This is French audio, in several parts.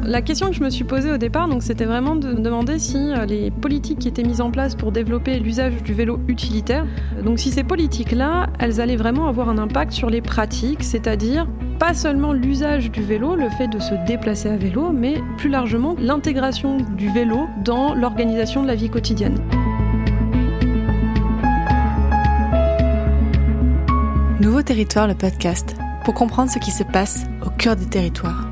La question que je me suis posée au départ, donc, c'était vraiment de me demander si les politiques qui étaient mises en place pour développer l'usage du vélo utilitaire, donc si ces politiques-là, elles allaient vraiment avoir un impact sur les pratiques, c'est-à-dire pas seulement l'usage du vélo, le fait de se déplacer à vélo, mais plus largement l'intégration du vélo dans l'organisation de la vie quotidienne. Nouveau Territoire, le podcast, pour comprendre ce qui se passe au cœur des territoires.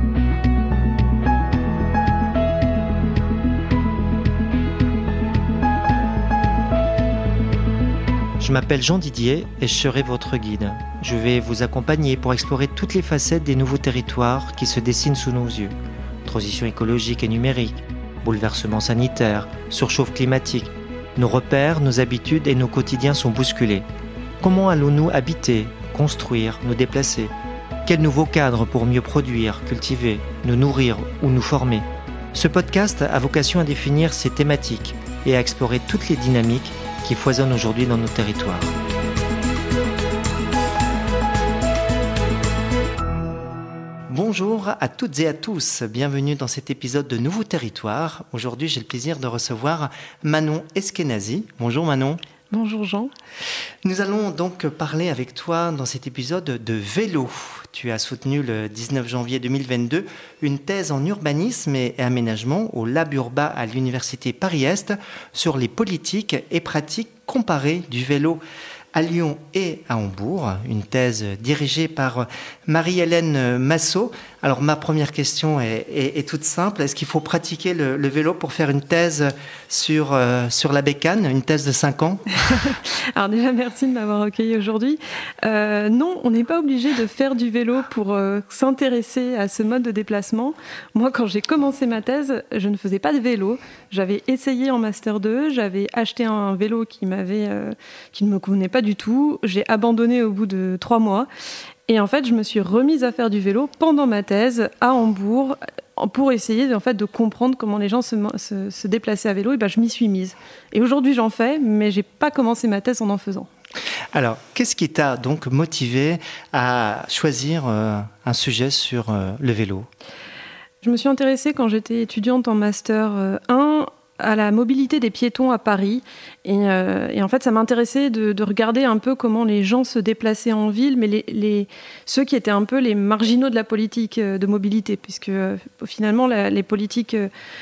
Je m'appelle Jean Didier et je serai votre guide. Je vais vous accompagner pour explorer toutes les facettes des nouveaux territoires qui se dessinent sous nos yeux. Transition écologique et numérique, bouleversement sanitaire, surchauffe climatique. Nos repères, nos habitudes et nos quotidiens sont bousculés. Comment allons-nous habiter, construire, nous déplacer ? Quel nouveau cadre pour mieux produire, cultiver, nous nourrir ou nous former ? Ce podcast a vocation à définir ces thématiques et à explorer toutes les dynamiques qui foisonnent aujourd'hui dans nos territoires. Bonjour à toutes et à tous, bienvenue dans cet épisode de Nouveau Territoire. Aujourd'hui, j'ai le plaisir de recevoir Manon Eskenazi. Bonjour Manon. Bonjour Jean. Nous allons donc parler avec toi dans cet épisode de vélo. Tu as soutenu le 19 janvier 2022 une thèse en urbanisme et aménagement au Lab Urba à l'Université Paris-Est sur les politiques et pratiques comparées du vélo à Lyon et à Hambourg, une thèse dirigée par Marie-Hélène Massot. Alors ma première question est toute simple. Est-ce qu'il faut pratiquer le vélo pour faire une thèse sur la bécane, une thèse de 5 ans ? Alors déjà, merci de m'avoir accueilli aujourd'hui. Non, on n'est pas obligé de faire du vélo pour s'intéresser à ce mode de déplacement. Moi, quand j'ai commencé ma thèse, je ne faisais pas de vélo. J'avais essayé en Master 2, j'avais acheté un vélo qui ne me convenait pas du tout. J'ai abandonné au bout de 3 mois. Et en fait, je me suis remise à faire du vélo pendant ma thèse à Hambourg pour essayer de comprendre comment les gens se déplaçaient à vélo. Et je m'y suis mise. Et aujourd'hui, j'en fais, mais je n'ai pas commencé ma thèse en faisant. Alors, qu'est-ce qui t'a donc motivé à choisir un sujet sur le vélo ? Je me suis intéressée quand j'étais étudiante en Master 1 à la mobilité des piétons à Paris. Et en fait, ça m'intéressait de regarder un peu comment les gens se déplaçaient en ville, mais ceux qui étaient un peu les marginaux de la politique de mobilité, puisque finalement, les politiques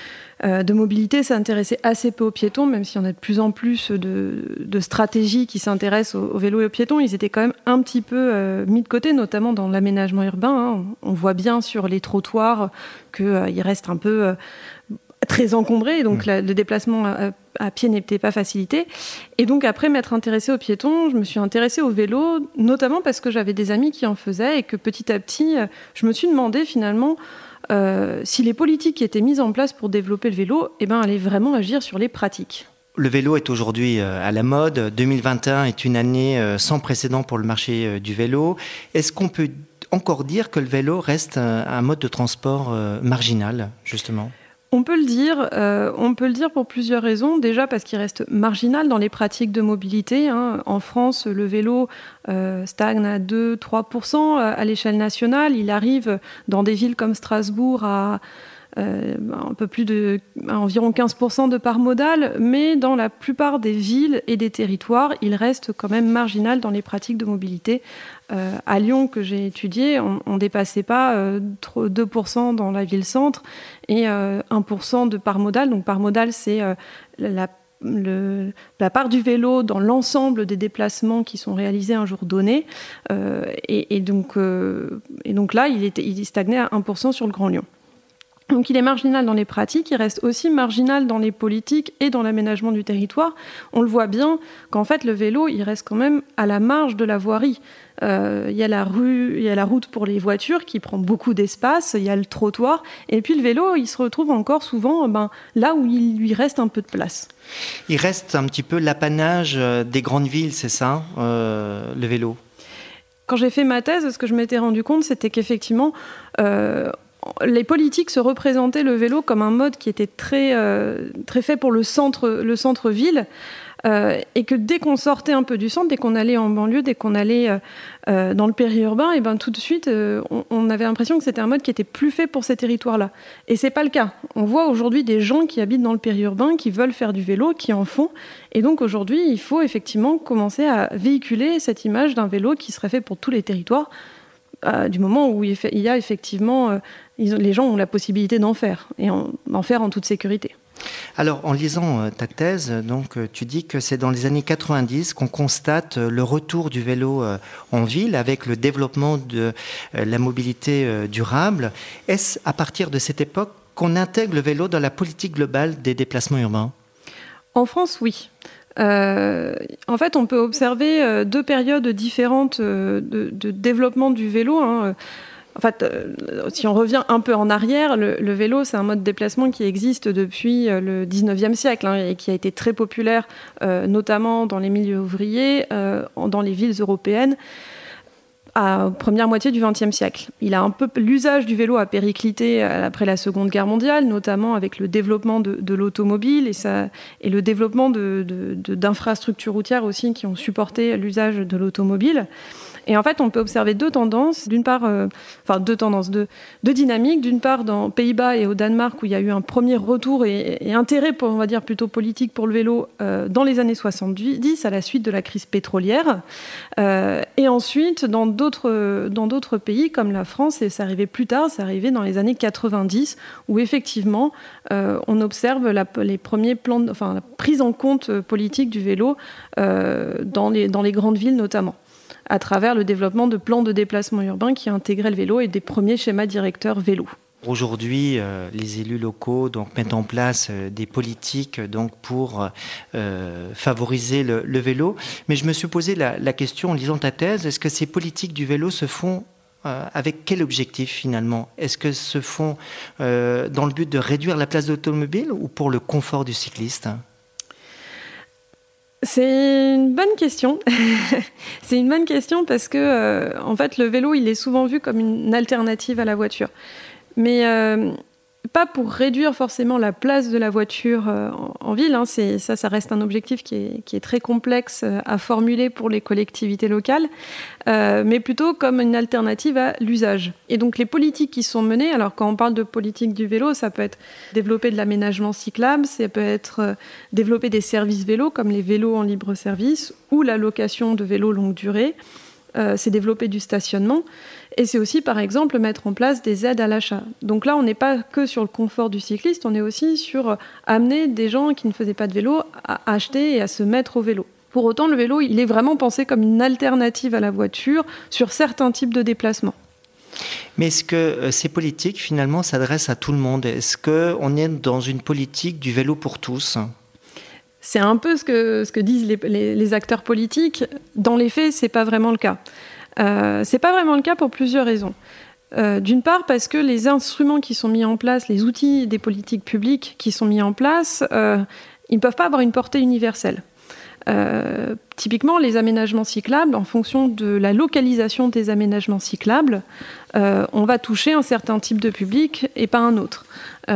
de mobilité s'intéressaient assez peu aux piétons, même s'il y en a de plus en plus de stratégies qui s'intéressent aux vélos et aux piétons. Ils étaient quand même un petit peu mis de côté, notamment dans l'aménagement urbain. On voit bien sur les trottoirs qu'ils restent un peu très encombré, donc le déplacement à pied n'était pas facilité. Et donc après m'être intéressée aux piétons, je me suis intéressée au vélo, notamment parce que j'avais des amis qui en faisaient et que petit à petit, je me suis demandé finalement si les politiques qui étaient mises en place pour développer le vélo allaient vraiment agir sur les pratiques. Le vélo est aujourd'hui à la mode. 2021 est une année sans précédent pour le marché du vélo. Est-ce qu'on peut encore dire que le vélo reste un mode de transport marginal, justement ? On peut le dire pour plusieurs raisons. Déjà parce qu'il reste marginal dans les pratiques de mobilité. En France, le vélo stagne à 2-3% à l'échelle nationale. Il arrive dans des villes comme Strasbourg à environ 15% de part modale, mais dans la plupart des villes et des territoires, il reste quand même marginal dans les pratiques de mobilité. À Lyon, que j'ai étudié, on ne dépassait pas 2% dans la ville-centre et 1% de part modale. Donc part modale, c'est la part du vélo dans l'ensemble des déplacements qui sont réalisés un jour donné. Et donc là, il stagnait à 1% sur le Grand Lyon. Donc il est marginal dans les pratiques, il reste aussi marginal dans les politiques et dans l'aménagement du territoire. On le voit bien qu'en fait le vélo, il reste quand même à la marge de la voirie. Il y a la route pour les voitures qui prend beaucoup d'espace, il y a le trottoir, et puis le vélo, il se retrouve encore souvent là où il lui reste un peu de place. Il reste un petit peu l'apanage des grandes villes, c'est ça, le vélo ? Quand j'ai fait ma thèse, ce que je m'étais rendu compte, c'était qu'effectivement, les politiques se représentaient le vélo comme un mode qui était très fait pour le centre-ville, et que dès qu'on sortait un peu du centre, dès qu'on allait en banlieue, dès qu'on allait dans le périurbain, et ben tout de suite, on avait l'impression que c'était un mode qui était plus fait pour ces territoires-là. Et c'est pas le cas. On voit aujourd'hui des gens qui habitent dans le périurbain, qui veulent faire du vélo, qui en font. Et donc aujourd'hui, il faut effectivement commencer à véhiculer cette image d'un vélo qui serait fait pour tous les territoires, du moment où il y a effectivement, les gens ont la possibilité d'en faire, et d'en faire en toute sécurité. Alors, en lisant ta thèse, donc, tu dis que c'est dans les années 90 qu'on constate le retour du vélo en ville avec le développement de la mobilité durable. Est-ce à partir de cette époque qu'on intègre le vélo dans la politique globale des déplacements urbains ? En France, oui. En fait, on peut observer deux périodes différentes de développement du vélo. En fait, si on revient un peu en arrière, le vélo, c'est un mode de déplacement qui existe depuis le 19e siècle et qui a été très populaire, notamment dans les milieux ouvriers, dans les villes européennes, à la première moitié du XXe siècle. L'usage du vélo a périclité après la Seconde Guerre mondiale, notamment avec le développement de l'automobile et le développement d'infrastructures routières aussi qui ont supporté l'usage de l'automobile. Et en fait, on peut observer deux tendances. D'une part, deux dynamiques. D'une part, dans les Pays-Bas et au Danemark, où il y a eu un premier retour et intérêt, on va dire plutôt politique pour le vélo, dans les années 70, à la suite de la crise pétrolière. Et ensuite, dans d'autres pays, comme la France, et c'est arrivé plus tard, c'est arrivé dans les années 90, où effectivement, on observe les premiers plans, la prise en compte politique du vélo dans les grandes villes notamment, à travers le développement de plans de déplacement urbain qui intégraient le vélo et des premiers schémas directeurs vélo. Aujourd'hui, les élus locaux mettent en place des politiques pour favoriser le vélo. Mais je me suis posé la question en lisant ta thèse, est-ce que ces politiques du vélo se font avec quel objectif finalement ? Est-ce que se font dans le but de réduire la place de l'automobile ou pour le confort du cycliste ? C'est une bonne question. C'est une bonne question parce que, en fait, le vélo, il est souvent vu comme une alternative à la voiture. Mais pas pour réduire forcément la place de la voiture en ville. Ça reste un objectif qui est très complexe à formuler pour les collectivités locales, mais plutôt comme une alternative à l'usage. Et donc les politiques qui sont menées, alors quand on parle de politique du vélo, ça peut être développer de l'aménagement cyclable, ça peut être développer des services vélos comme les vélos en libre service ou la location de vélos longue durée. C'est développer du stationnement. Et c'est aussi, par exemple, mettre en place des aides à l'achat. Donc là, on n'est pas que sur le confort du cycliste, on est aussi sur amener des gens qui ne faisaient pas de vélo à acheter et à se mettre au vélo. Pour autant, le vélo, il est vraiment pensé comme une alternative à la voiture sur certains types de déplacements. Mais est-ce que ces politiques, finalement, s'adressent à tout le monde ? Est-ce qu'on est dans une politique du vélo pour tous ? C'est un peu ce que disent les acteurs politiques. Dans les faits, c'est pas vraiment le cas. C'est pas vraiment le cas pour plusieurs raisons. D'une part, parce que les instruments qui sont mis en place, les outils des politiques publiques qui sont mis en place, ils ne peuvent pas avoir une portée universelle. Typiquement, les aménagements cyclables, en fonction de la localisation des aménagements cyclables, on va toucher un certain type de public et pas un autre.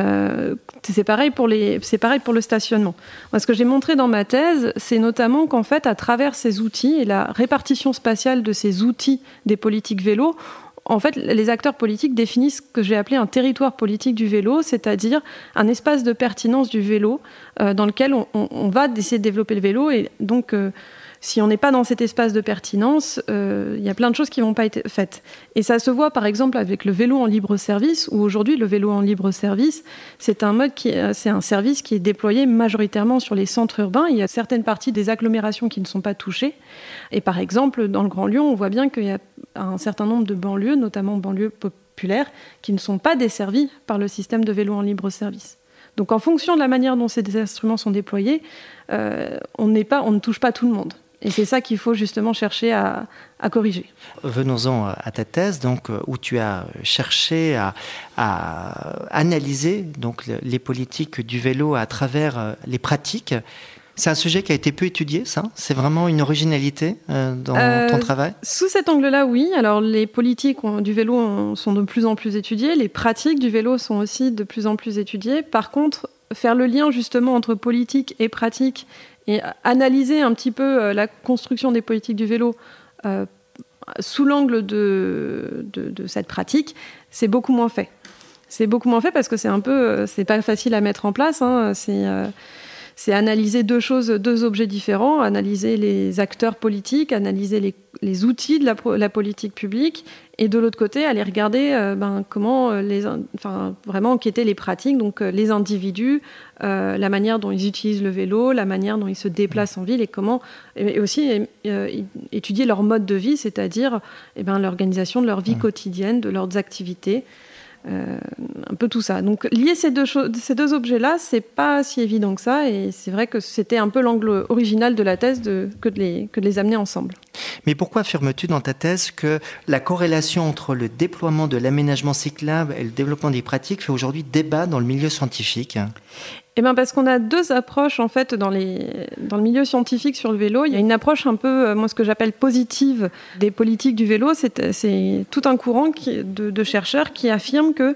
C'est pareil pour le stationnement. Moi, ce que j'ai montré dans ma thèse, c'est notamment qu'en fait, à travers ces outils et la répartition spatiale de ces outils des politiques vélo, en fait, les acteurs politiques définissent ce que j'ai appelé un territoire politique du vélo, c'est-à-dire un espace de pertinence du vélo dans lequel on va essayer de développer le vélo. Et donc, si on n'est pas dans cet espace de pertinence, il y a plein de choses qui ne vont pas être faites. Et ça se voit par exemple avec le vélo en libre service, où aujourd'hui le vélo en libre service, c'est un service qui est déployé majoritairement sur les centres urbains. Il y a certaines parties des agglomérations qui ne sont pas touchées. Et par exemple, dans le Grand Lyon, on voit bien qu'il y a un certain nombre de banlieues, notamment banlieues populaires, qui ne sont pas desservies par le système de vélo en libre service. Donc en fonction de la manière dont ces instruments sont déployés, on ne touche pas tout le monde. Et c'est ça qu'il faut justement chercher à corriger. Venons-en à ta thèse, où tu as cherché à analyser les politiques du vélo à travers les pratiques. C'est un sujet qui a été peu étudié, ça ? C'est vraiment une originalité dans ton travail ? Sous cet angle-là, oui. Alors, les politiques du vélo sont de plus en plus étudiées. Les pratiques du vélo sont aussi de plus en plus étudiées. Par contre, faire le lien justement entre politique et pratique et analyser un petit peu la construction des politiques du vélo sous l'angle de cette pratique, c'est beaucoup moins fait. C'est beaucoup moins fait parce que c'est pas facile à mettre en place. Hein. C'est analyser deux objets différents, analyser les acteurs politiques, analyser les outils de la politique publique, et de l'autre côté, aller regarder comment vraiment quelles étaient les pratiques, donc les individus, la manière dont ils utilisent le vélo, la manière dont ils se déplacent en ville, et aussi étudier leur mode de vie, c'est-à-dire l'organisation de leur vie quotidienne, de leurs activités. Un peu tout ça. Donc lier ces deux objets-là, c'est pas si évident que ça, et c'est vrai que c'était un peu l'angle original de la thèse que de les amener ensemble. Mais pourquoi affirmes-tu dans ta thèse que la corrélation entre le déploiement de l'aménagement cyclable et le développement des pratiques fait aujourd'hui débat dans le milieu scientifique ? Parce qu'on a deux approches en fait dans le milieu scientifique sur le vélo. Il y a une approche un peu, moi ce que j'appelle positive des politiques du vélo. C'est tout un courant de chercheurs qui affirment que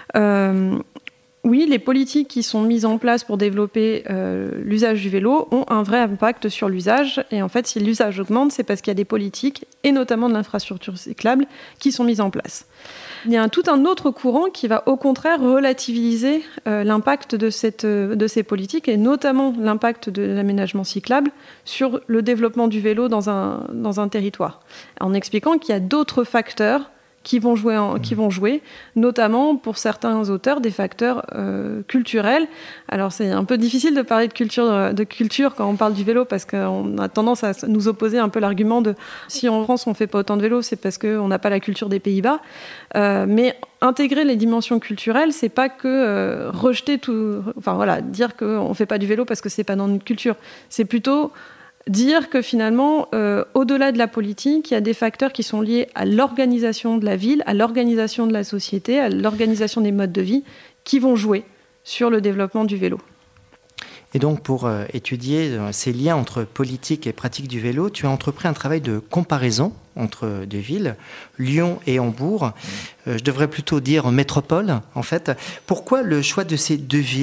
oui, les politiques qui sont mises en place pour développer l'usage du vélo ont un vrai impact sur l'usage. Et en fait, si l'usage augmente, c'est parce qu'il y a des politiques, et notamment de l'infrastructure cyclable, qui sont mises en place. Il y a tout un autre courant qui va au contraire relativiser l'impact de ces politiques, et notamment l'impact de l'aménagement cyclable sur le développement du vélo dans un territoire, en expliquant qu'il y a d'autres facteurs qui vont jouer, notamment pour certains auteurs, des facteurs culturels. Alors c'est un peu difficile de parler de culture quand on parle du vélo, parce qu'on a tendance à nous opposer un peu l'argument de si en France on fait pas autant de vélo, c'est parce qu'on n'a pas la culture des Pays-Bas. Mais intégrer les dimensions culturelles, c'est pas que rejeter tout, dire qu'on fait pas du vélo parce que c'est pas dans notre culture. C'est plutôt dire que finalement, au-delà de la politique, il y a des facteurs qui sont liés à l'organisation de la ville, à l'organisation de la société, à l'organisation des modes de vie, qui vont jouer sur le développement du vélo. Et donc, pour étudier ces liens entre politique et pratique du vélo, tu as entrepris un travail de comparaison entre deux villes, Lyon et Hambourg. Je devrais plutôt dire métropole, en fait. Pourquoi le choix de ces deux villes ?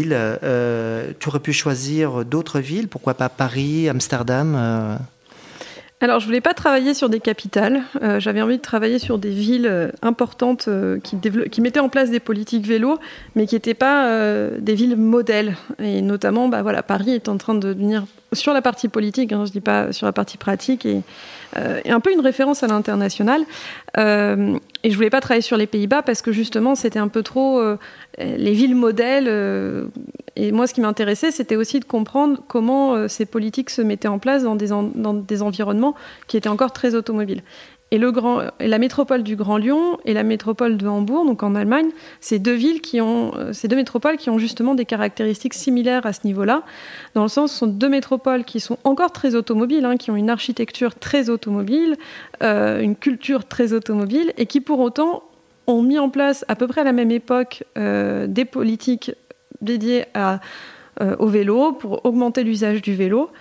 Tu aurais pu choisir d'autres villes, pourquoi pas Paris, Amsterdam Alors, je voulais pas travailler sur des capitales. J'avais envie de travailler sur des villes importantes qui mettaient en place des politiques vélo, mais qui n'étaient pas des villes modèles. Et notamment, Paris est en train de devenir, sur la partie politique, je dis pas sur la partie pratique, et un peu une référence à l'international. Et je voulais pas travailler sur les Pays-Bas parce que justement, c'était un peu trop les villes modèles. Et moi, ce qui m'intéressait, c'était aussi de comprendre comment ces politiques se mettaient en place dans des environnements qui étaient encore très automobiles. Et la métropole du Grand Lyon et la métropole de Hambourg, donc en Allemagne, ces deux métropoles qui ont justement des caractéristiques similaires à ce niveau-là, dans le sens où ce sont deux métropoles qui sont encore très automobiles, qui ont une architecture très automobile, une culture très automobile, et qui pour autant ont mis en place à peu près à la même époque des politiques dédiées au vélo pour augmenter l'usage du vélo,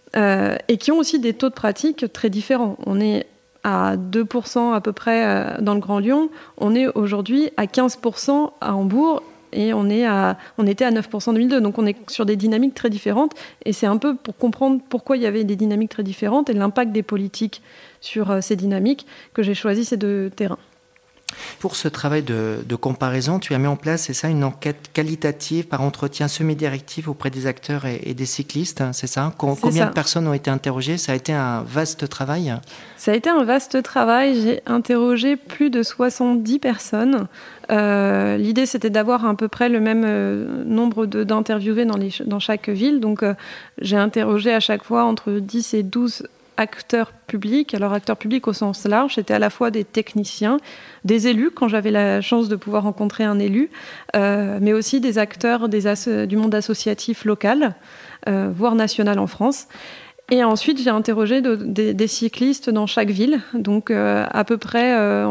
et qui ont aussi des taux de pratique très différents. On est à 2% à peu près dans le Grand Lyon, on est aujourd'hui à 15% à Hambourg, et on était à 9% en 2002. Donc on est sur des dynamiques très différentes, et c'est un peu pour comprendre pourquoi il y avait des dynamiques très différentes et l'impact des politiques sur ces dynamiques que j'ai choisi ces deux terrains. Pour ce travail de comparaison, tu as mis en place, c'est ça, une enquête qualitative par entretien semi-directif auprès des acteurs et des cyclistes, c'est ça ? Combien de personnes ont été interrogées ? Ça a été un vaste travail ? Ça a été un vaste travail. J'ai interrogé plus de 70 personnes. L'idée, c'était d'avoir à peu près le même nombre d'interviewés dans chaque ville. Donc, j'ai interrogé à chaque fois entre 10 et 12 acteurs publics. Alors, acteurs publics au sens large, c'était à la fois des techniciens, des élus, quand j'avais la chance de pouvoir rencontrer un élu, mais aussi des acteurs du monde associatif local, voire national en France. Et ensuite, j'ai interrogé des cyclistes dans chaque ville, donc à peu près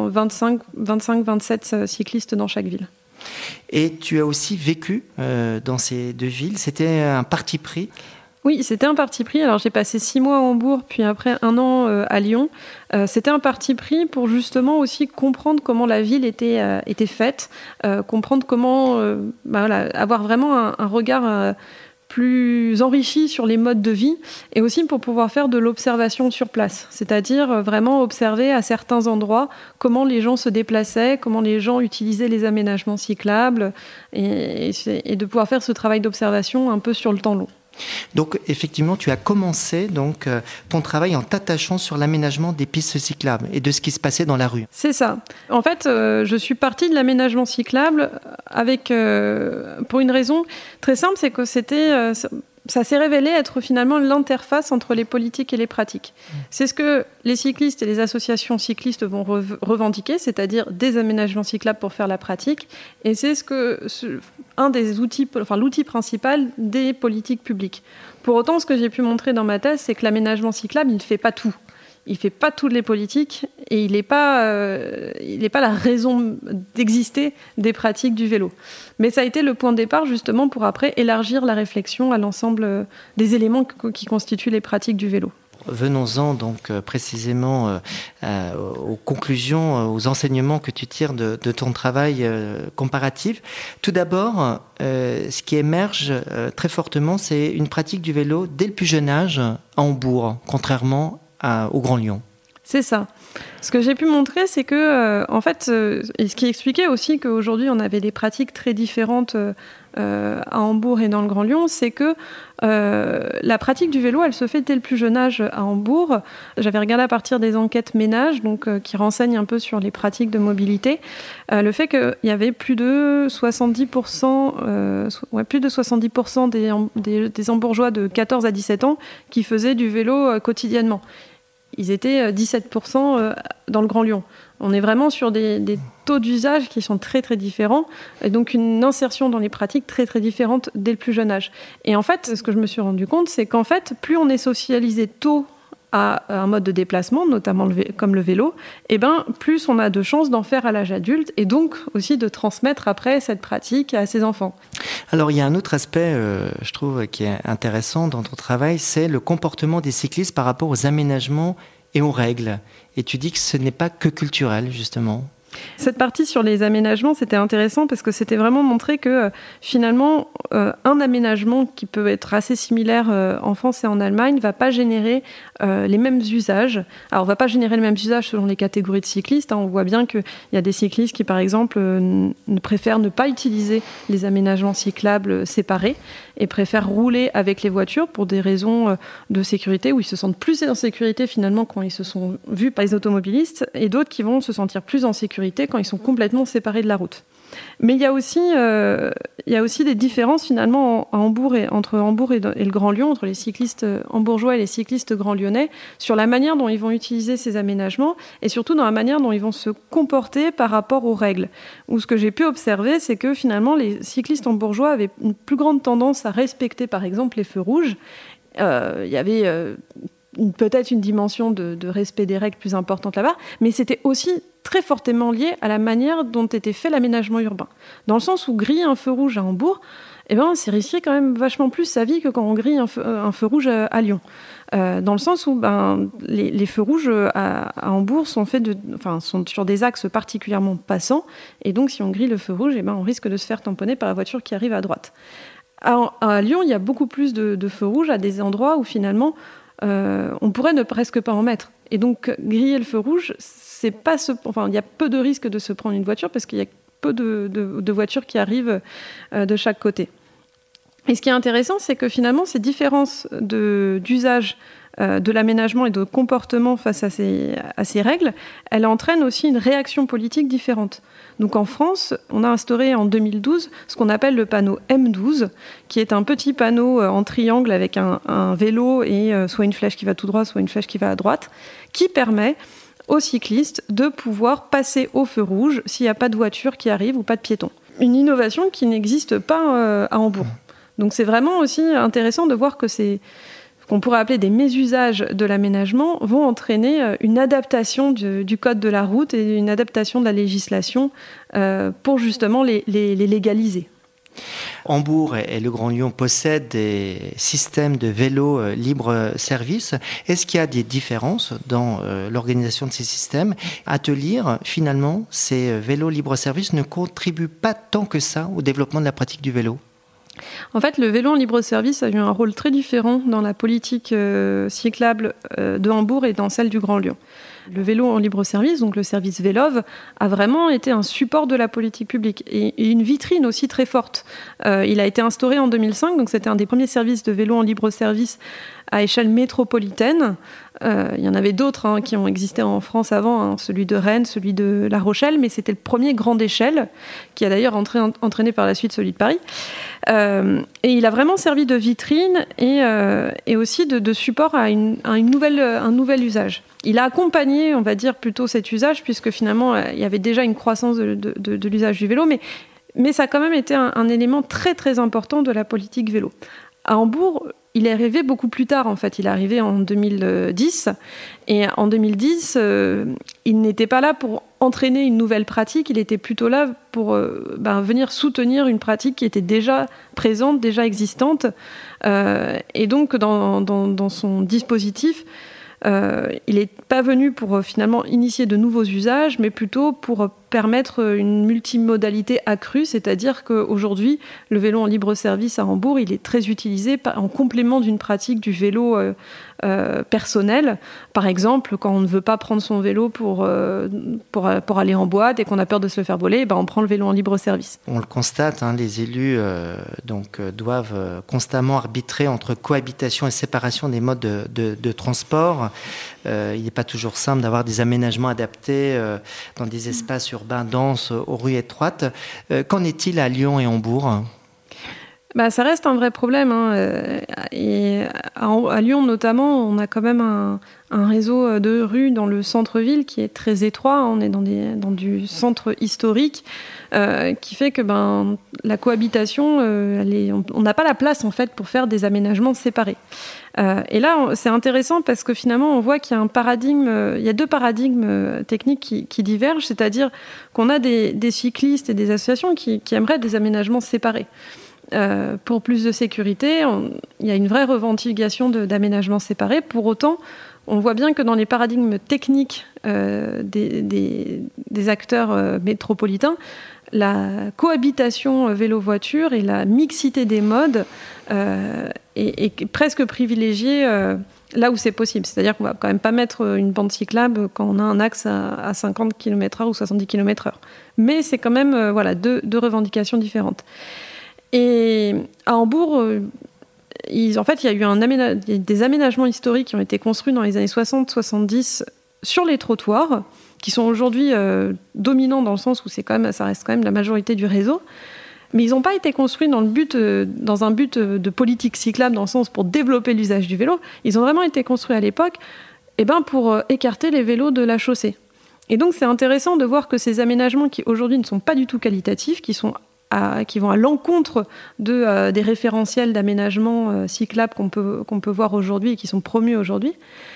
25-27 cyclistes dans chaque ville. Et tu as aussi vécu dans ces deux villes. C'était un parti pris ? Oui, c'était un parti pris. Alors, j'ai passé 6 mois à Hambourg, puis après 1 an à Lyon. C'était un parti pris pour justement aussi comprendre comment la ville était faite, comprendre comment avoir vraiment un regard plus enrichi sur les modes de vie et aussi pour pouvoir faire de l'observation sur place, c'est-à-dire vraiment observer à certains endroits comment les gens se déplaçaient, comment les gens utilisaient les aménagements cyclables et de pouvoir faire ce travail d'observation un peu sur le temps long. Donc effectivement, tu as commencé ton travail en t'attachant sur l'aménagement des pistes cyclables et de ce qui se passait dans la rue. C'est ça. En fait, je suis partie de l'aménagement cyclable pour une raison très simple, c'est que ça s'est révélé être finalement l'interface entre les politiques et les pratiques. C'est ce que les cyclistes et les associations cyclistes vont revendiquer, c'est-à-dire des aménagements cyclables pour faire la pratique. Et c'est l'outil principal des politiques publiques. Pour autant, ce que j'ai pu montrer dans ma thèse, c'est que l'aménagement cyclable, il ne fait pas tout. Il ne fait pas toutes les politiques et il n'est pas la raison d'exister des pratiques du vélo. Mais ça a été le point de départ justement pour après élargir la réflexion à l'ensemble des éléments qui constituent les pratiques du vélo. Venons-en donc précisément aux conclusions, aux enseignements que tu tires de ton travail comparatif. Tout d'abord, ce qui émerge très fortement, c'est une pratique du vélo dès le plus jeune âge à Hambourg, contrairement au Grand Lyon. C'est ça. Ce que j'ai pu montrer, c'est que, et ce qui expliquait aussi qu'aujourd'hui on avait des pratiques très différentes à Hambourg et dans le Grand Lyon, c'est que la pratique du vélo, elle se fait dès le plus jeune âge à Hambourg. J'avais regardé à partir des enquêtes ménages, qui renseignent un peu sur les pratiques de mobilité, le fait qu'il y avait plus de 70%, des Hambourgeois de 14 à 17 ans qui faisaient du vélo quotidiennement. Ils étaient 17% dans le Grand Lyon. On est vraiment sur des taux d'usage qui sont très très différents, et donc une insertion dans les pratiques très très différentes dès le plus jeune âge. Et en fait, ce que je me suis rendu compte, c'est qu'en fait, plus on est socialisé tôt à un mode de déplacement, notamment comme le vélo, plus on a de chances d'en faire à l'âge adulte et donc aussi de transmettre après cette pratique à ses enfants. Alors il y a un autre aspect, je trouve, qui est intéressant dans ton travail, c'est le comportement des cyclistes par rapport aux aménagements et aux règles. Et tu dis que ce n'est pas que culturel, justement. Cette partie sur les aménagements, c'était intéressant parce que c'était vraiment montrer que finalement, un aménagement qui peut être assez similaire en France et en Allemagne ne va pas générer les mêmes usages. Alors, on ne va pas générer les mêmes usages selon les catégories de cyclistes. On voit bien qu'il y a des cyclistes qui, par exemple, préfèrent ne pas utiliser les aménagements cyclables séparés et préfèrent rouler avec les voitures pour des raisons de sécurité, où ils se sentent plus en sécurité finalement quand ils se sont vus par les automobilistes, et d'autres qui vont se sentir plus en sécurité quand ils sont complètement séparés de la route. Mais il y a aussi des différences finalement entre Hambourg et le Grand Lyon, entre les cyclistes hambourgeois et les cyclistes grand-lyonnais, sur la manière dont ils vont utiliser ces aménagements et surtout dans la manière dont ils vont se comporter par rapport aux règles. Où ce que j'ai pu observer, c'est que finalement les cyclistes hambourgeois avaient une plus grande tendance à respecter par exemple les feux rouges. Il y avait peut-être une dimension de respect des règles plus importante là-bas, mais c'était aussi très fortement lié à la manière dont était fait l'aménagement urbain. Dans le sens où griller un feu rouge à Hambourg, c'est risquer quand même vachement plus sa vie que quand on grille un feu rouge à Lyon. Dans le sens où les feux rouges à Hambourg sont sur des axes particulièrement passants, et donc si on grille le feu rouge, on risque de se faire tamponner par la voiture qui arrive à droite. À Lyon, il y a beaucoup plus de feux rouges à des endroits où finalement on pourrait ne presque pas en mettre. Et donc, griller le feu rouge, il y a peu de risques de se prendre une voiture parce qu'il y a peu de voitures qui arrivent de chaque côté. Et ce qui est intéressant, c'est que finalement, ces différences d'usage de l'aménagement et de comportement face à ces règles, elles entraînent aussi une réaction politique différente. Donc en France, on a instauré en 2012 ce qu'on appelle le panneau M12, qui est un petit panneau en triangle avec un vélo et soit une flèche qui va tout droit, soit une flèche qui va à droite, qui permet aux cyclistes de pouvoir passer au feu rouge s'il n'y a pas de voiture qui arrive ou pas de piéton. Une innovation qui n'existe pas à Hambourg. Donc c'est vraiment aussi intéressant de voir que qu'on pourrait appeler des mésusages de l'aménagement, vont entraîner une adaptation du code de la route et une adaptation de la législation pour justement les légaliser. Hambourg et le Grand Lyon possèdent des systèmes de vélos libre-service. Est-ce qu'il y a des différences dans l'organisation de ces systèmes ? À te lire, finalement, ces vélos libre-service ne contribuent pas tant que ça au développement de la pratique du vélo. En fait, le vélo en libre-service a eu un rôle très différent dans la politique cyclable de Hambourg et dans celle du Grand Lyon. Le vélo en libre-service, donc le service Vélove, a vraiment été un support de la politique publique et une vitrine aussi très forte. Il a été instauré en 2005, donc c'était un des premiers services de vélo en libre-service à échelle métropolitaine. Il y en avait d'autres qui ont existé en France avant, celui de Rennes, celui de La Rochelle, mais c'était le premier grande échelle, qui a d'ailleurs entraîné par la suite celui de Paris. Et il a vraiment servi de vitrine et aussi de support à un nouvel usage. Il a accompagné, on va dire, plutôt cet usage, puisque finalement, il y avait déjà une croissance de l'usage du vélo, mais ça a quand même été un élément très, très important de la politique vélo. À Hambourg, il est arrivé beaucoup plus tard, en fait. Il est arrivé en 2010. Et en 2010, il n'était pas là pour entraîner une nouvelle pratique. Il était plutôt là pour venir soutenir une pratique qui était déjà présente, déjà existante. Et donc, dans son dispositif, il n'est pas venu pour finalement initier de nouveaux usages, mais plutôt pour permettre une multimodalité accrue, c'est-à-dire qu'aujourd'hui, le vélo en libre-service à Hambourg, il est très utilisé en complément d'une pratique du vélo personnel. Par exemple, quand on ne veut pas prendre son vélo pour aller en boîte et qu'on a peur de se le faire voler, on prend le vélo en libre-service. On le constate, les élus doivent constamment arbitrer entre cohabitation et séparation des modes de transport. Il n'est pas toujours simple d'avoir des aménagements adaptés dans des espaces urbains denses, aux rues étroites. Qu'en est-il à Lyon et Hambourg ? Ça reste un vrai problème. Et à Lyon, notamment, on a quand même un réseau de rues dans le centre-ville qui est très étroit. On est dans du centre historique qui fait que la cohabitation, on n'a pas la place en fait pour faire des aménagements séparés. Et là, c'est intéressant parce que finalement, on voit qu'il y a il y a deux paradigmes techniques qui divergent, c'est-à-dire qu'on a des cyclistes et des associations qui aimeraient des aménagements séparés. Pour plus de sécurité, il y a une vraie revendication d'aménagements séparés. Pour autant, on voit bien que dans les paradigmes techniques des acteurs métropolitains, la cohabitation vélo-voiture et la mixité des modes est presque privilégiée là où c'est possible. C'est-à-dire qu'on ne va quand même pas mettre une bande cyclable quand on a un axe à 50 km/h ou 70 km/h. Mais c'est quand même deux revendications différentes. Et à Hambourg, il y a eu des aménagements historiques qui ont été construits dans les années 60-70 sur les trottoirs, qui sont aujourd'hui dominants dans le sens où ça reste quand même la majorité du réseau. Mais ils n'ont pas été construits dans un but de politique cyclable, dans le sens pour développer l'usage du vélo. Ils ont vraiment été construits à l'époque pour écarter les vélos de la chaussée. Et donc c'est intéressant de voir que ces aménagements qui aujourd'hui ne sont pas du tout qualitatifs, qui vont à l'encontre des référentiels d'aménagement cyclable qu'on peut voir aujourd'hui et qui sont promus aujourd'hui,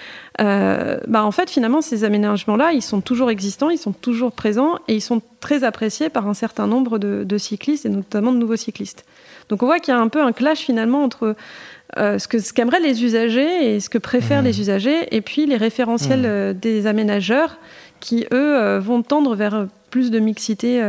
en fait, finalement, ces aménagements-là, ils sont toujours existants, ils sont toujours présents et ils sont très appréciés par un certain nombre de cyclistes et notamment de nouveaux cyclistes. Donc on voit qu'il y a un peu un clash finalement entre ce qu'aimeraient les usagers et ce que préfèrent les usagers et puis les référentiels des aménageurs qui, eux, vont tendre vers plus de mixité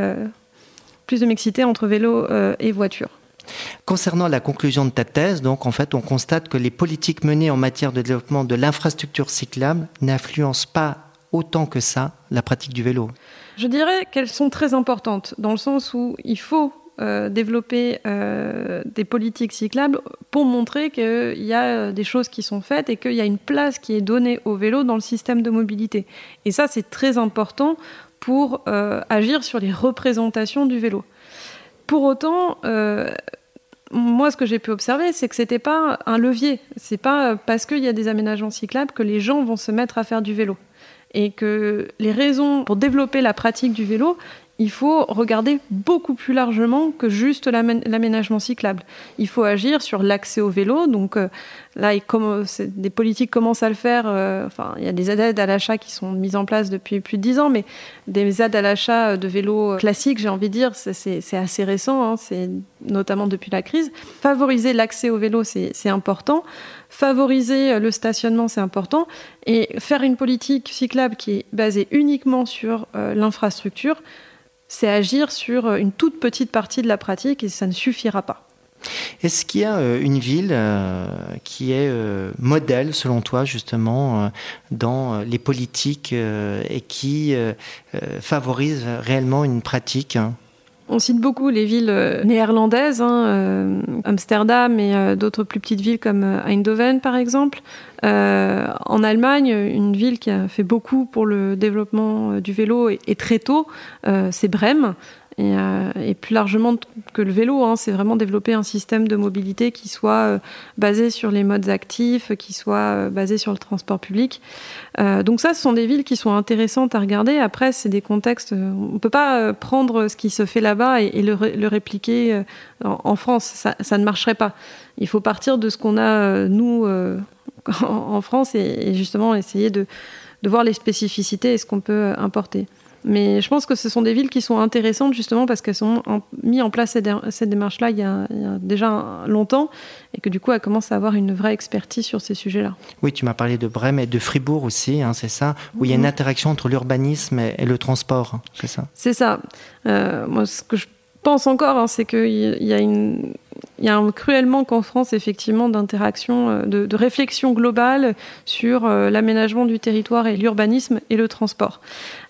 entre vélo et voiture. Concernant la conclusion de ta thèse, donc en fait, on constate que les politiques menées en matière de développement de l'infrastructure cyclable n'influencent pas autant que ça la pratique du vélo. Je dirais qu'elles sont très importantes, dans le sens où il faut développer des politiques cyclables pour montrer qu'il y a des choses qui sont faites et qu'il y a une place qui est donnée au vélo dans le système de mobilité. Et ça, c'est très important pour agir sur les représentations du vélo. Pour autant, moi, ce que j'ai pu observer, c'est que c'était pas un levier. C'est pas parce qu'il y a des aménagements cyclables que les gens vont se mettre à faire du vélo. Et que les raisons pour développer la pratique du vélo, il faut regarder beaucoup plus largement que juste l'aménagement cyclable. Il faut agir sur l'accès au vélo. Donc là, des politiques commencent à le faire. Il y a des aides à l'achat qui sont mises en place depuis plus de 10 ans, mais des aides à l'achat de vélos classiques, j'ai envie de dire, c'est assez récent. C'est notamment depuis la crise. Favoriser l'accès au vélo, c'est important. Favoriser le stationnement, c'est important. Et faire une politique cyclable qui est basée uniquement sur l'infrastructure, c'est agir sur une toute petite partie de la pratique et ça ne suffira pas. Est-ce qu'il y a une ville qui est modèle, selon toi, justement, dans les politiques et qui favorise réellement une pratique ? On cite beaucoup les villes néerlandaises, Amsterdam et d'autres plus petites villes comme Eindhoven, par exemple. En Allemagne, une ville qui a fait beaucoup pour le développement du vélo et très tôt, c'est Brême. Et plus largement que le vélo, c'est vraiment développer un système de mobilité qui soit basé sur les modes actifs, qui soit basé sur le transport public. Donc ça, ce sont des villes qui sont intéressantes à regarder. Après, c'est des contextes... on ne peut pas prendre ce qui se fait là-bas et le répliquer en France. Ça ne marcherait pas. Il faut partir de ce qu'on a, nous, en France, et justement essayer de voir les spécificités et ce qu'on peut importer. Mais je pense que ce sont des villes qui sont intéressantes justement parce qu'elles ont mis en place cette démarche-là il y a déjà longtemps et que du coup elles commencent à avoir une vraie expertise sur ces sujets-là. Oui, tu m'as parlé de Brême et de Fribourg aussi, c'est ça, où il y a une interaction entre l'urbanisme et le transport, c'est ça ? C'est ça. Moi, ce que je pense encore, c'est qu'il y a un cruel manque en France, effectivement, d'interaction, de réflexion globale sur l'aménagement du territoire et l'urbanisme et le transport.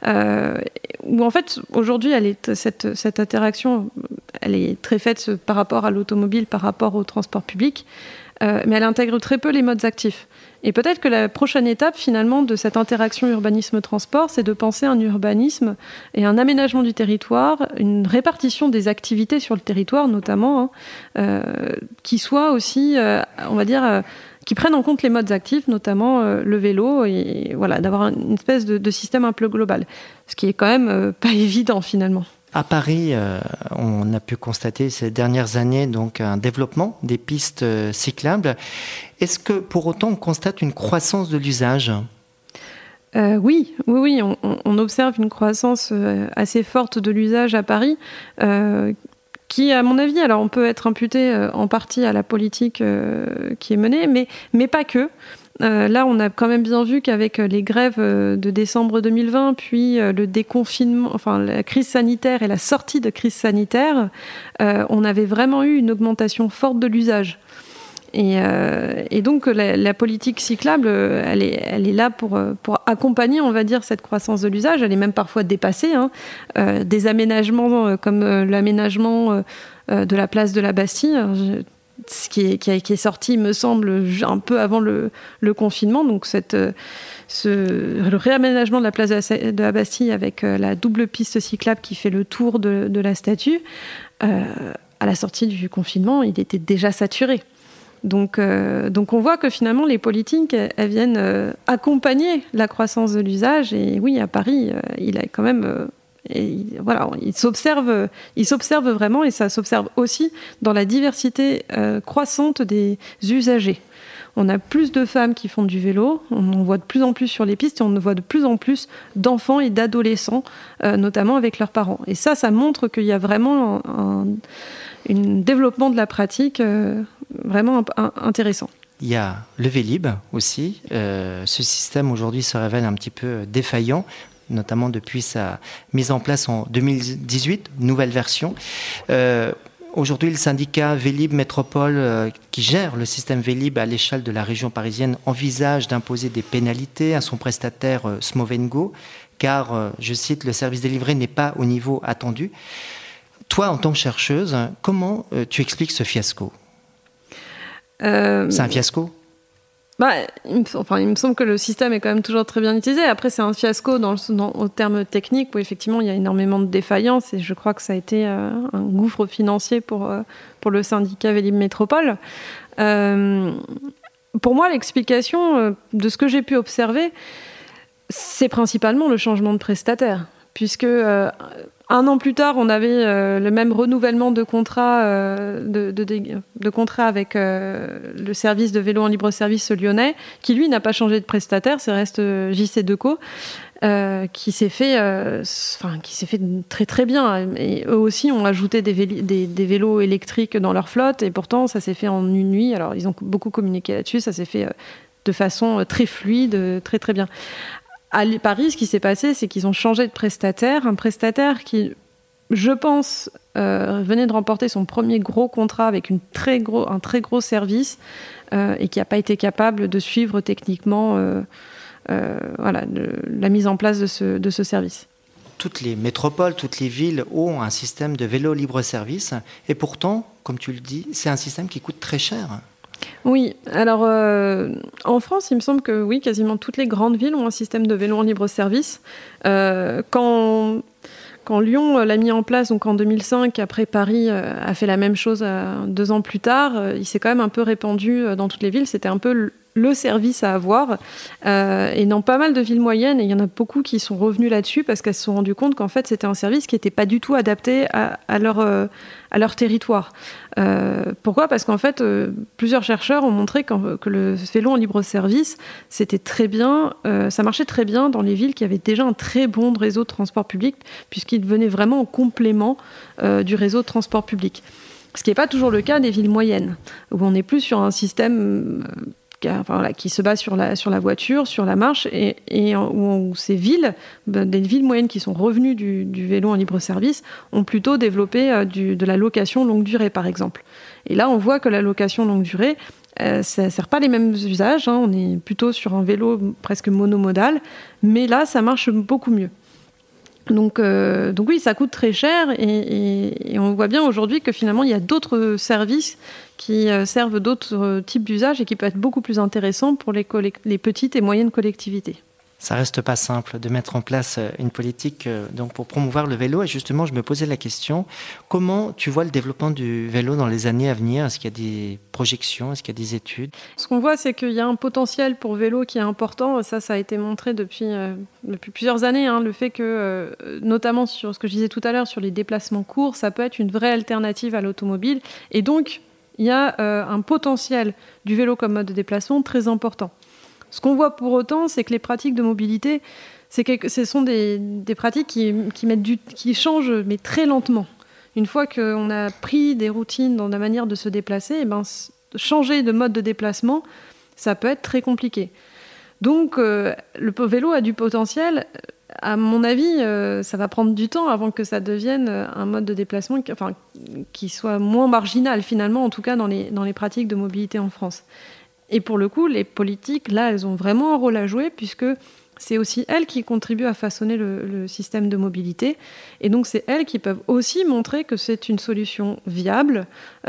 Où en fait, aujourd'hui, cette interaction, elle est très faite par rapport à l'automobile, par rapport au transport public, mais elle intègre très peu les modes actifs. Et peut-être que la prochaine étape, finalement, de cette interaction urbanisme-transport, c'est de penser un urbanisme et un aménagement du territoire, une répartition des activités sur le territoire, notamment, qui soit aussi, on va dire, qui prennent en compte les modes actifs, notamment le vélo, et voilà, d'avoir une espèce de système un peu global. Ce qui est quand même pas évident, finalement. À Paris, on a pu constater ces dernières années donc un développement des pistes cyclables. Est-ce que pour autant on constate une croissance de l'usage ? Oui, on observe une croissance assez forte de l'usage à Paris, qui, à mon avis, alors on peut être imputé en partie à la politique qui est menée, mais pas que. Là, on a quand même bien vu qu'avec les grèves de décembre 2020, puis le déconfinement, enfin la crise sanitaire et la sortie de crise sanitaire, on avait vraiment eu une augmentation forte de l'usage. Et donc la politique cyclable, elle est là pour accompagner, on va dire, cette croissance de l'usage. Elle est même parfois dépassée. Des aménagements comme l'aménagement de la place de la Bastille, qui est sorti, me semble, un peu avant le confinement. Donc le réaménagement de la place de la Bastille avec la double piste cyclable qui fait le tour de la statue, à la sortie du confinement, il était déjà saturé. Donc on voit que finalement les politiques elles viennent accompagner la croissance de l'usage. Et oui, à Paris, il a quand même... il s'observe vraiment, et ça s'observe aussi dans la diversité croissante des usagers. On a plus de femmes qui font du vélo, on en voit de plus en plus sur les pistes, et on voit de plus en plus d'enfants et d'adolescents, notamment avec leurs parents. Et ça montre qu'il y a vraiment un développement de la pratique vraiment intéressant. Il y a le Vélib aussi. Ce système aujourd'hui se révèle un petit peu défaillant, notamment depuis sa mise en place en 2018, nouvelle version. Aujourd'hui, le syndicat Vélib Métropole, qui gère le système Vélib à l'échelle de la région parisienne, envisage d'imposer des pénalités à son prestataire Smovengo, car, je cite, le service délivré n'est pas au niveau attendu. Toi, en tant que chercheuse, comment tu expliques ce fiasco ? C'est un fiasco ? Il me semble que le système est quand même toujours très bien utilisé. Après, c'est un fiasco au terme technique où effectivement il y a énormément de défaillances, et je crois que ça a été un gouffre financier pour le syndicat Vélib Métropole. Pour moi, l'explication de ce que j'ai pu observer, c'est principalement le changement de prestataire, puisque un an plus tard, on avait le même renouvellement de contrat, de contrat avec le service de vélo en libre-service lyonnais, qui lui n'a pas changé de prestataire, c'est reste JC Deco, qui s'est fait très très bien. Et eux aussi ont ajouté des vélos électriques dans leur flotte, et pourtant ça s'est fait en une nuit. Alors ils ont beaucoup communiqué là-dessus, ça s'est fait de façon très fluide, très très bien. À Paris, ce qui s'est passé, c'est qu'ils ont changé de prestataire, un prestataire qui, je pense, venait de remporter son premier gros contrat avec un très gros service et qui n'a pas été capable de suivre techniquement la mise en place de ce service. Toutes les métropoles, toutes les villes ont un système de vélo libre-service et pourtant, comme tu le dis, c'est un système qui coûte très cher. Oui, alors en France, il me semble que oui, quasiment toutes les grandes villes ont un système de vélo en libre-service. Quand Lyon l'a mis en place, donc en 2005, après Paris a fait la même chose 2 ans plus tard, il s'est quand même un peu répandu dans toutes les villes. C'était un peu le service à avoir. Et dans pas mal de villes moyennes, et il y en a beaucoup qui sont revenus là-dessus parce qu'elles se sont rendues compte qu'en fait, c'était un service qui n'était pas du tout adapté à leur territoire. Pourquoi ? Parce qu'en fait, plusieurs chercheurs ont montré que le vélo en libre-service, c'était très bien, ça marchait très bien dans les villes qui avaient déjà un très bon réseau de transport public, puisqu'il devenait vraiment en complément du réseau de transport public. Ce qui n'est pas toujours le cas des villes moyennes, où on est plus sur un système qui se base sur la voiture, sur la marche, et où ces villes, des villes moyennes qui sont revenues du vélo en libre-service, ont plutôt développé de la location longue durée, par exemple. Et là, on voit que la location longue durée, ça ne sert pas les mêmes usages, hein, on est plutôt sur un vélo presque monomodal, mais là, ça marche beaucoup mieux. Donc oui, ça coûte très cher et on voit bien aujourd'hui que finalement, il y a d'autres services qui servent d'autres types d'usages et qui peuvent être beaucoup plus intéressants pour les petites et moyennes collectivités. Ça reste pas simple de mettre en place une politique donc pour promouvoir le vélo. Et justement, je me posais la question, comment tu vois le développement du vélo dans les années à venir ? Est-ce qu'il y a des projections ? Est-ce qu'il y a des études ? Ce qu'on voit, c'est qu'il y a un potentiel pour vélo qui est important. Ça a été montré depuis plusieurs années. Hein, le fait que, notamment sur ce que je disais tout à l'heure, sur les déplacements courts, ça peut être une vraie alternative à l'automobile. Et donc, il y a un potentiel du vélo comme mode de déplacement très important. Ce qu'on voit pour autant, c'est que les pratiques de mobilité, ce sont des pratiques qui changent, mais très lentement. Une fois qu'on a pris des routines dans la manière de se déplacer, changer de mode de déplacement, ça peut être très compliqué. Donc, le vélo a du potentiel. À mon avis, ça va prendre du temps avant que ça devienne un mode de déplacement qui soit moins marginal, finalement, en tout cas dans les pratiques de mobilité en France. Et pour le coup, les politiques, là, elles ont vraiment un rôle à jouer puisque c'est aussi elles qui contribuent à façonner le système de mobilité. Et donc, c'est elles qui peuvent aussi montrer que c'est une solution viable,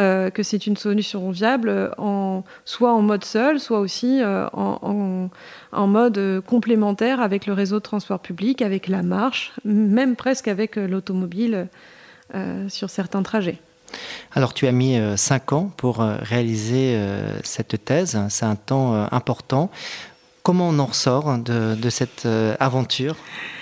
soit en mode seul, soit aussi en mode complémentaire avec le réseau de transport public, avec la marche, même presque avec l'automobile sur certains trajets. Alors, tu as mis 5 ans pour réaliser cette thèse. C'est un temps important. Comment on en ressort de cette aventure ?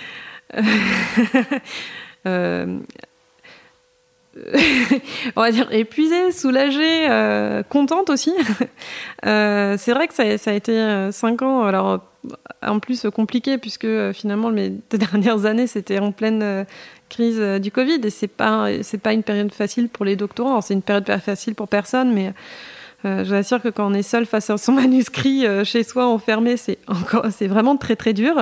On va dire épuisée, soulagée, contente aussi. C'est vrai que ça a été 5 ans. Alors, en plus compliqué puisque finalement mes 2 dernières années c'était en pleine crise du Covid et c'est pas une période facile pour les doctorants. Alors, c'est une période facile pour personne, mais je vous assure que quand on est seul face à son manuscrit chez soi enfermé, c'est vraiment très très dur.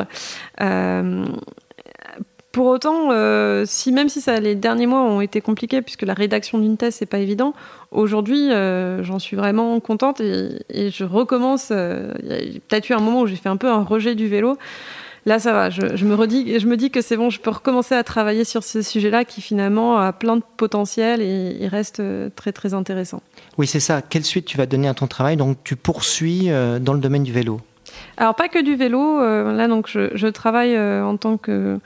Pour autant, même si les derniers mois ont été compliqués, puisque la rédaction d'une thèse, c'est pas évident, aujourd'hui, j'en suis vraiment contente et je recommence. Il y a peut-être eu un moment où j'ai fait un peu un rejet du vélo. Là, ça va. Je me dis que c'est bon, je peux recommencer à travailler sur ce sujet-là qui finalement a plein de potentiel et il reste très très intéressant. Oui, c'est ça. Quelle suite tu vas donner à ton travail ? Donc, tu poursuis dans le domaine du vélo. Alors, pas que du vélo. Là, donc, je travaille en tant que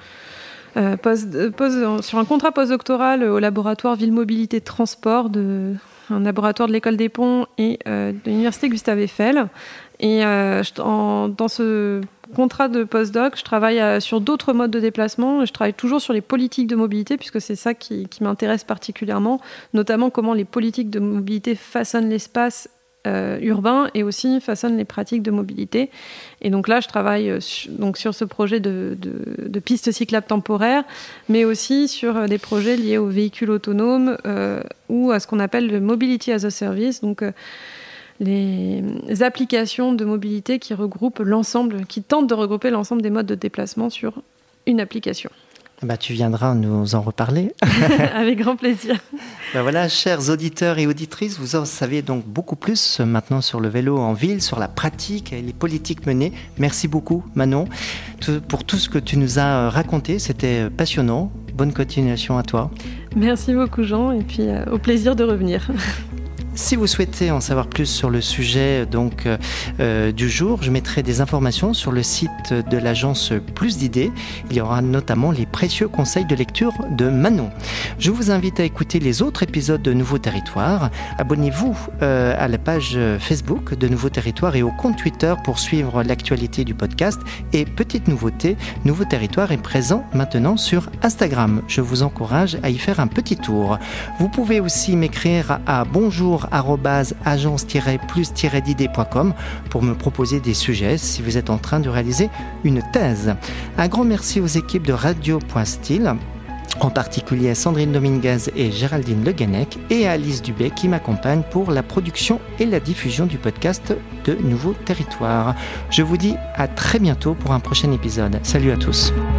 sur un contrat postdoctoral au laboratoire Ville Mobilité Transport, un laboratoire de l'École des Ponts et de l'Université Gustave Eiffel. Et dans ce contrat de postdoc, je travaille sur d'autres modes de déplacement. Je travaille toujours sur les politiques de mobilité, puisque c'est ça qui m'intéresse particulièrement, notamment comment les politiques de mobilité façonnent l'espace urbain et aussi façonnent les pratiques de mobilité. Et donc là, je travaille sur ce projet de pistes cyclables temporaires, mais aussi sur des projets liés aux véhicules autonomes ou à ce qu'on appelle le Mobility as a Service, donc les applications de mobilité qui tentent de regrouper l'ensemble des modes de déplacement sur une application. Tu viendras nous en reparler. Avec grand plaisir. Voilà, chers auditeurs et auditrices, vous en savez donc beaucoup plus maintenant sur le vélo en ville, sur la pratique et les politiques menées. Merci beaucoup Manon pour tout ce que tu nous as raconté. C'était passionnant. Bonne continuation à toi. Merci beaucoup Jean et puis au plaisir de revenir. Si vous souhaitez en savoir plus sur le sujet du jour, je mettrai des informations sur le site de l'agence Plus d'idées. Il y aura notamment les précieux conseils de lecture de Manon. Je vous invite à écouter les autres épisodes de Nouveaux Territoires. Abonnez-vous à la page Facebook de Nouveaux Territoires et au compte Twitter pour suivre l'actualité du podcast. Et petite nouveauté, Nouveaux Territoires est présent maintenant sur Instagram. Je vous encourage à y faire un petit tour. Vous pouvez aussi m'écrire à bonjour@agence-plus-d'idées.com pour me proposer des sujets si vous êtes en train de réaliser une thèse. Un grand merci aux équipes de Radio.Style, en particulier à Sandrine Dominguez et Géraldine Le Guenec, et à Alice Dubé qui m'accompagne pour la production et la diffusion du podcast de Nouveaux Territoires. Je vous dis à très bientôt pour un prochain épisode. Salut à tous.